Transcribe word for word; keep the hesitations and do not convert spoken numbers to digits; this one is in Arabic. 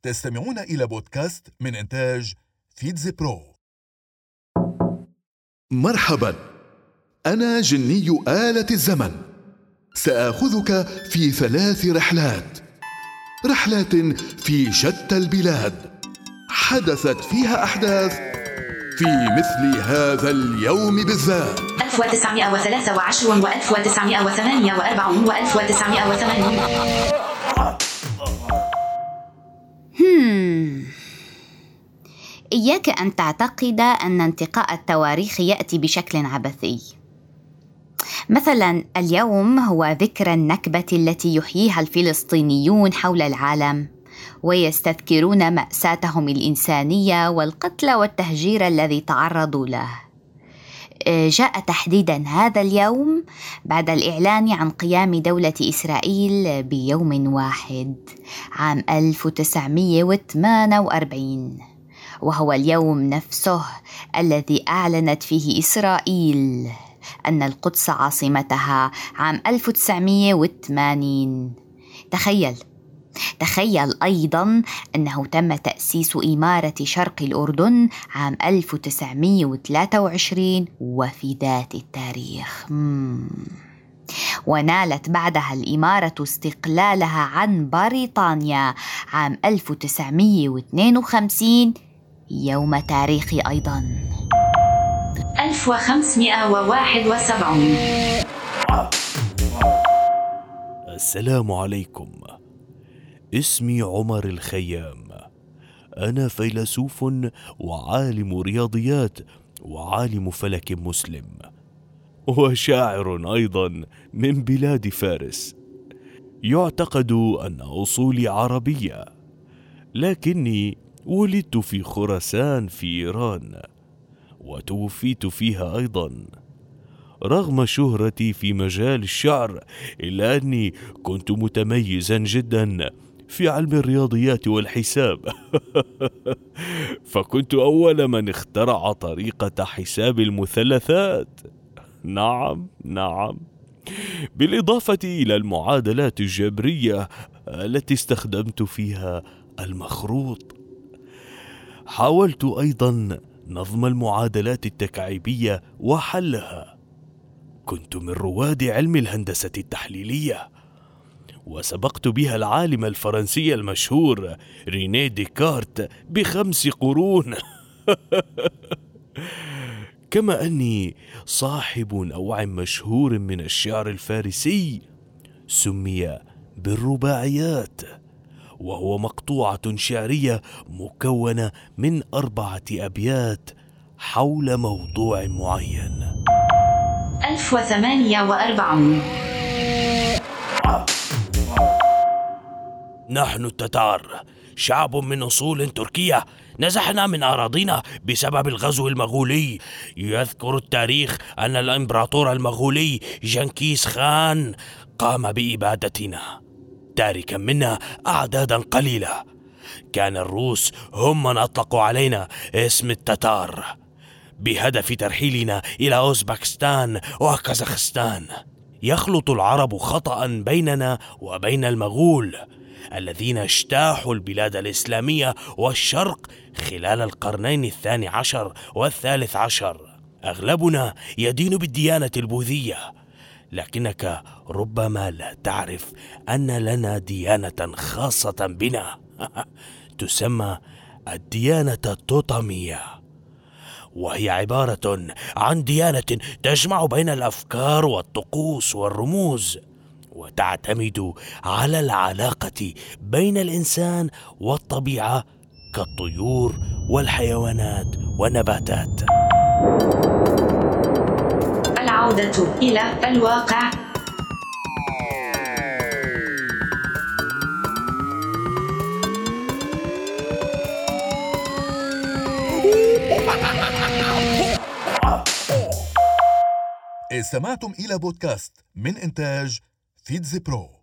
تستمعون إلى بودكاست من إنتاج فيتز برو. مرحبا، أنا جني آلة الزمن. سآخذك في ثلاث رحلات رحلات في شتى البلاد، حدثت فيها أحداث في مثل هذا اليوم بالذات. ألف وتسعمائة وثلاثة وعشرين وألف وتسعمائة وثمانية وأربعين وألف وتسعمائة وثمانين. هم. إياك أن تعتقد أن انتقاء التواريخ يأتي بشكل عبثي. مثلا اليوم هو ذكرى النكبة التي يحييها الفلسطينيون حول العالم، ويستذكرون مأساتهم الإنسانية والقتل والتهجير الذي تعرضوا له. جاء تحديدا هذا اليوم بعد الإعلان عن قيام دولة إسرائيل بيوم واحد عام ألف وتسعمائة وثمانية وأربعين، وهو اليوم نفسه الذي أعلنت فيه إسرائيل أن القدس عاصمتها عام ألف وتسعمائة وثمانين. تخيل تخيل أيضاً أنه تم تأسيس إمارة شرق الأردن عام ألف وتسعمائة وثلاثة وعشرين وفي ذات التاريخ. مم. ونالت بعدها الإمارة استقلالها عن بريطانيا عام ألف وتسعمائة واثنين وخمسين يوم تاريخي أيضاً. ألف وخمسمائة وواحد وسبعين. السلام عليكم، اسمي عمر الخيام. أنا فيلسوف وعالم رياضيات وعالم فلك مسلم، وشاعر أيضا من بلاد فارس. يعتقد أن أصولي عربية، لكني ولدت في خراسان في إيران، وتوفيت فيها أيضا. رغم شهرتي في مجال الشعر، إلا أني كنت متميزا جدا في علم الرياضيات والحساب. فكنت أول من اخترع طريقة حساب المثلثات. نعم نعم بالإضافة إلى المعادلات الجبرية التي استخدمت فيها المخروط. حاولت أيضا نظم المعادلات التكعيبية وحلها. كنت من رواد علم الهندسة التحليلية، وسبقت بها العالم الفرنسي المشهور رينيه ديكارت بخمس قرون. كما أني صاحب نوع مشهور من الشعر الفارسي سمي بالرباعيات، وهو مقطوعة شعرية مكونة من أربعة أبيات حول موضوع معين. ألف وثمانية وأربعين. نحن التتار شعب من أصول تركية، نزحنا من أراضينا بسبب الغزو المغولي. يذكر التاريخ أن الإمبراطور المغولي جنكيز خان قام بإبادتنا، تاركا منا أعدادا قليلة. كان الروس هم من أطلقوا علينا اسم التتار بهدف ترحيلنا إلى أوزبكستان وكازاخستان. يخلط العرب خطأ بيننا وبين المغول الذين اجتاحوا البلاد الإسلامية والشرق خلال القرنين الثاني عشر والثالث عشر. أغلبنا يدين بالديانة البوذية، لكنك ربما لا تعرف أن لنا ديانة خاصة بنا تسمى الديانة التوتمية، وهي عبارة عن ديانة تجمع بين الأفكار والطقوس والرموز، وتعتمد على العلاقة بين الإنسان والطبيعة كالطيور والحيوانات والنباتات. العودة إلى الواقع. استمعتم إلى بودكاست من إنتاج فيتز برو.